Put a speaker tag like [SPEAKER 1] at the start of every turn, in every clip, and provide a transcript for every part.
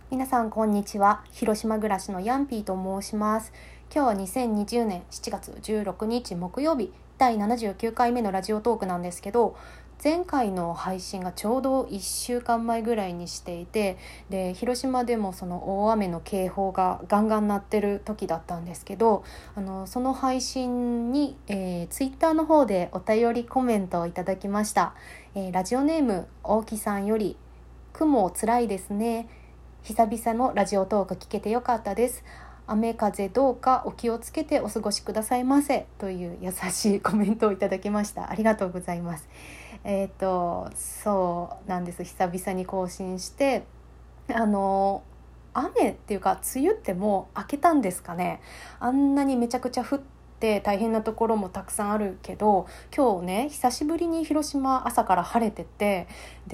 [SPEAKER 1] 皆さんこんにちは。広島暮らしのヤンピーと申します。今日は2020年7月16日木曜日、第79回目のラジオトークなんですけど、前回の配信がちょうど1週間前ぐらいにしていて、で広島でもその大雨の警報がガンガン鳴ってる時だったんですけど、その配信に、ツイッターの方でお便りコメントをいただきました。ラジオネーム大木さんより、雲つらいですね、久々のラジオトーク聞けてよかったです。雨風どうかお気をつけてお過ごしくださいませ、という優しいコメントをいただきました。ありがとうございます。そうなんです。久々に更新して、雨っていうか梅雨ってもう明けたんですかね。あんなにめちゃくちゃ降って大変なところもたくさんあるけど、今日ね久しぶりに広島朝から晴れてて、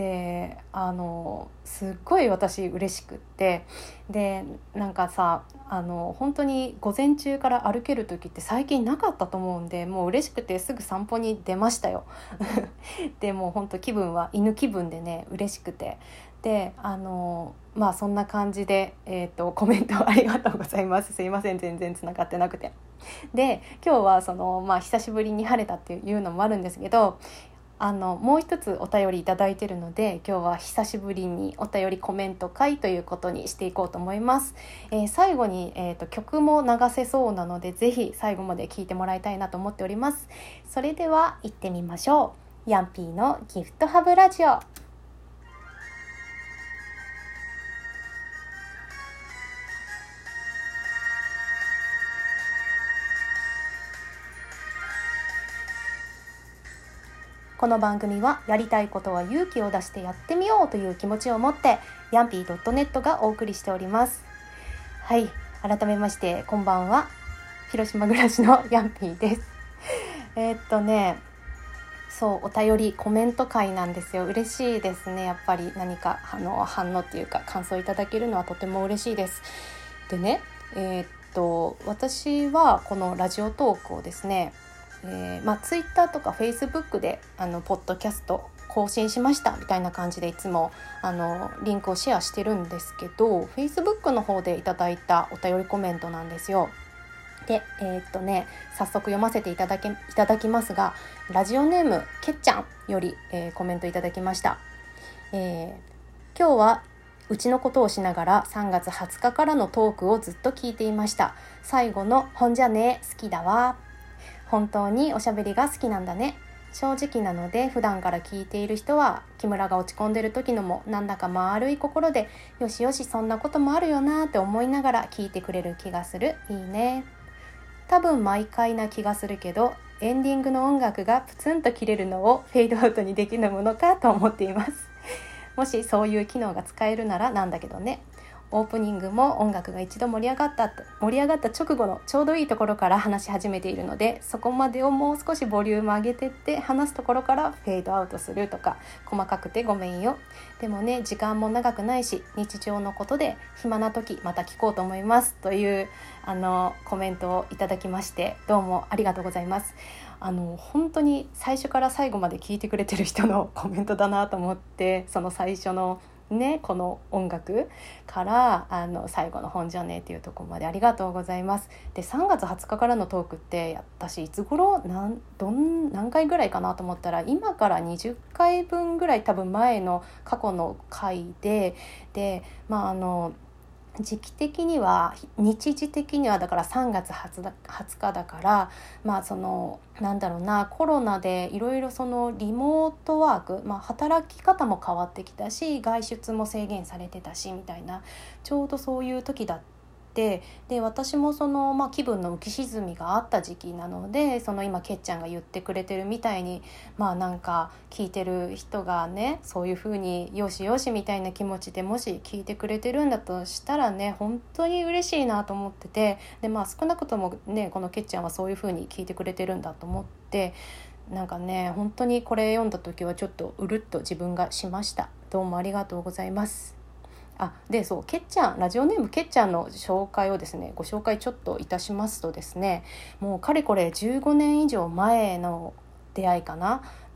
[SPEAKER 1] ですっごい私嬉しくって、でなんかさ、本当に午前中から歩ける時って最近なかったと思うんで、もう嬉しくてすぐ散歩に出ましたよでもう本当気分は犬気分でね、嬉しくて、でそんな感じで、コメントありがとうございます。すいません、全然つながってなくて。で今日は久しぶりに晴れたっていうのもあるんですけど、もう一つお便りいただいているので、今日は久しぶりにお便りコメント会ということにしていこうと思います。最後に、曲も流せそうなので、ぜひ最後まで聴いてもらいたいなと思っております。それでは行ってみましょう。ヤンピーのギフトハブラジオ。この番組はやりたいことは勇気を出してやってみようという気持ちを持ってヤンピー .net がお送りしております。はい、改めましてこんばんは。広島暮らしのヤンピーです。そうお便りコメント会なんですよ。嬉しいですね。やっぱり何か反応っていうか感想いただけるのはとても嬉しいです。でね、私はこのラジオトークをですね、ツイッターとかフェイスブックでポッドキャスト更新しましたみたいな感じでいつもリンクをシェアしてるんですけど、フェイスブックの方でいただいたお便りコメントなんですよ。で早速読ませていただきますが、ラジオネームけっちゃんより、コメントいただきました。今日はうちのことをしながら3月20日からのトークをずっと聞いていました。最後のほんじゃね好きだわ。本当におしゃべりが好きなんだね。正直なので普段から聞いている人は木村が落ち込んでる時のもなんだか丸い心で、よしよしそんなこともあるよなって思いながら聞いてくれる気がする。いいね。多分毎回な気がするけど、エンディングの音楽がプツンと切れるのをフェードアウトにできるものかと思っています。もしそういう機能が使えるならなんだけどね。オープニングも音楽が一度盛り上がった直後のちょうどいいところから話し始めているので、そこまでをもう少しボリューム上げてって話すところからフェードアウトするとか、細かくてごめんよ。でもね、時間も長くないし日常のことで暇な時また聞こうと思います、というコメントをいただきまして、どうもありがとうございます。本当に最初から最後まで聞いてくれてる人のコメントだなと思って、その最初のね、この音楽から最後の本じゃねっていうところまでありがとうございます。で3月20日からのトークって私いつ頃何回ぐらいかなと思ったら、今から20回分ぐらい多分前の過去の回で、時期的には日時的にはだから3月20日だから、コロナでいろいろそのリモートワーク、働き方も変わってきたし、外出も制限されてたしみたいな、ちょうどそういう時だって、で私もその、気分の浮き沈みがあった時期なので、その今けっちゃんが言ってくれてるみたいに、聞いてる人がね、そういう風によしよしみたいな気持ちでもし聞いてくれてるんだとしたらね、本当に嬉しいなと思ってて、で少なくともね、このけっちゃんはそういう風に聞いてくれてるんだと思って、本当にこれ読んだ時はちょっとうるっと自分がしました。どうもありがとうございます。そうけっちゃん、ラジオネームけっちゃんの紹介をですね、ご紹介ちょっといたしますとですね、もうかれこれ15年以上前の出会いかな。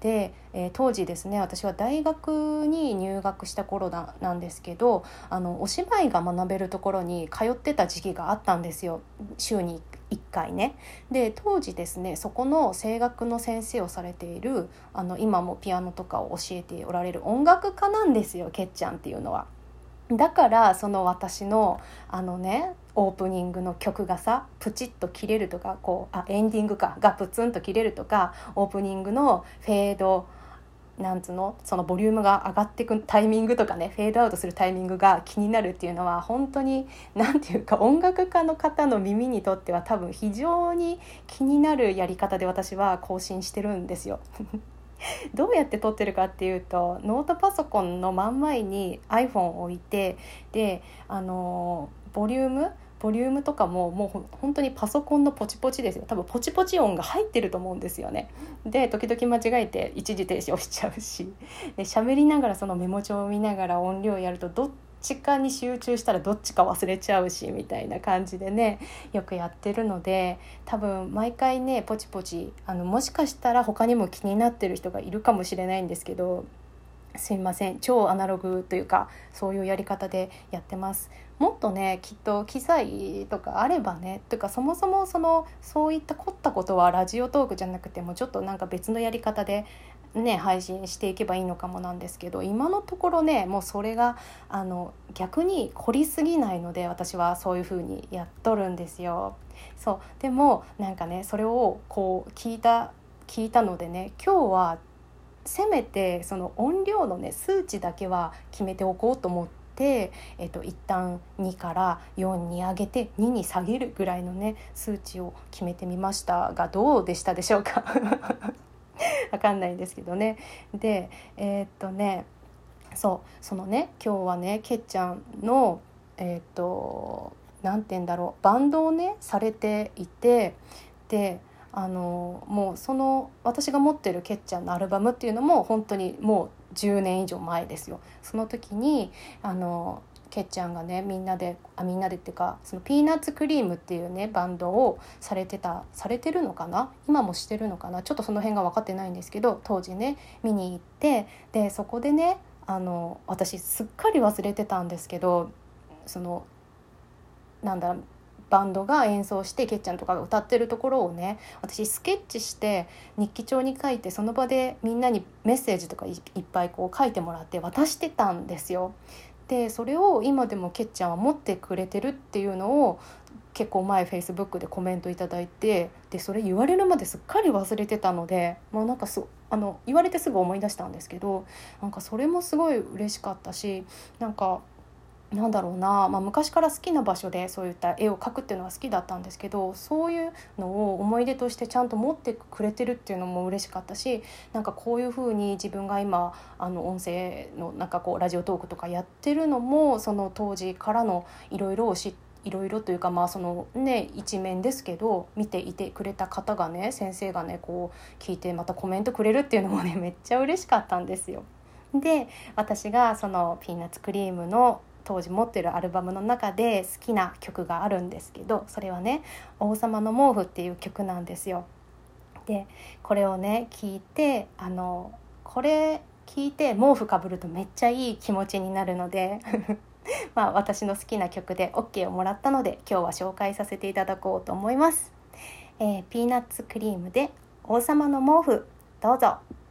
[SPEAKER 1] で、当時ですね、私は大学に入学した頃なんですけど、お芝居が学べるところに通ってた時期があったんですよ、週に1回ね。で当時ですね、そこの声楽の先生をされている今もピアノとかを教えておられる音楽家なんですよ、けっちゃんっていうのは。だからその私のオープニングの曲がさプチッと切れるとか、エンディングがプツンと切れるとか、オープニングのフェードそのボリュームが上がっていくタイミングとかね、フェードアウトするタイミングが気になるっていうのは、本当になんていうか、音楽家の方の耳にとっては多分非常に気になるやり方で私は更新してるんですよ。どうやって撮ってるかっていうと、ノートパソコンの真ん前に iPhone を置いて、でボリュームとかもう本当にパソコンのポチポチですよ。多分ポチポチ音が入ってると思うんですよね。で時々間違えて一時停止をしちゃうし、で喋りながらそのメモ帳を見ながら音量やると、どっちかに集中したらどっちか忘れちゃうしみたいな感じでね、よくやってるので、多分毎回ねポチポチもしかしたら他にも気になってる人がいるかもしれないんですけど、すいません、超アナログというかそういうやり方でやってます。もっとねきっと機材とかあればね、というかそもそもそういった凝ったことはラジオトークじゃなくても、ちょっとなんか別のやり方でね配信していけばいいのかもなんですけど、今のところねもうそれが逆に凝りすぎないので、私はそういう風にやっとるんですよ。そうでもなんかね、それをこう聞いたのでね、今日はせめてその音量のね数値だけは決めておこうと思って、一旦2から4に上げて2に下げるぐらいのね数値を決めてみましたが、どうでしたでしょうか。わかんないんですけどね。でそのね今日はねけっちゃんのなんて言うんだろう、バンドをねされていて、でもうその私が持ってるけっちゃんのアルバムっていうのも本当にもう10年以上前ですよ。その時にけっちゃんがねみんなでっていうか、そのピーナッツクリームっていうねバンドをされてるのかな、今もしてるのかな、ちょっとその辺が分かってないんですけど、当時ね見に行って、でそこでね私すっかり忘れてたんですけど、そのなんだバンドが演奏してけっちゃんとかが歌ってるところをね、私スケッチして日記帳に書いて、その場でみんなにメッセージとかいっぱいこう書いてもらって渡してたんですよ。でそれを今でもけっちゃんは持ってくれてるっていうのを結構前 Facebook でコメントいただいて、でそれ言われるまですっかり忘れてたので、もうなんか言われてすぐ思い出したんですけど、なんかそれもすごい嬉しかったし、なんだろうな、昔から好きな場所でそういった絵を描くっていうのは好きだったんですけど、そういうのを思い出としてちゃんと持ってくれてるっていうのも嬉しかったし、なんかこういう風に自分が今音声のなんかこうラジオトークとかやってるのも、その当時からのいろいろというか、そのね一面ですけど、見ていてくれた方がね、先生がねこう聞いてまたコメントくれるっていうのもねめっちゃ嬉しかったんですよ。で私がそのピーナッツクリームの当時持ってるアルバムの中で好きな曲があるんですけど、それはね王様の毛布っていう曲なんですよ。でこれをね聞いてこれ聞いて毛布かぶるとめっちゃいい気持ちになるので私の好きな曲で OK をもらったので、今日は紹介させていただこうと思います。ピーナッツクリームで王様の毛布、どうぞ。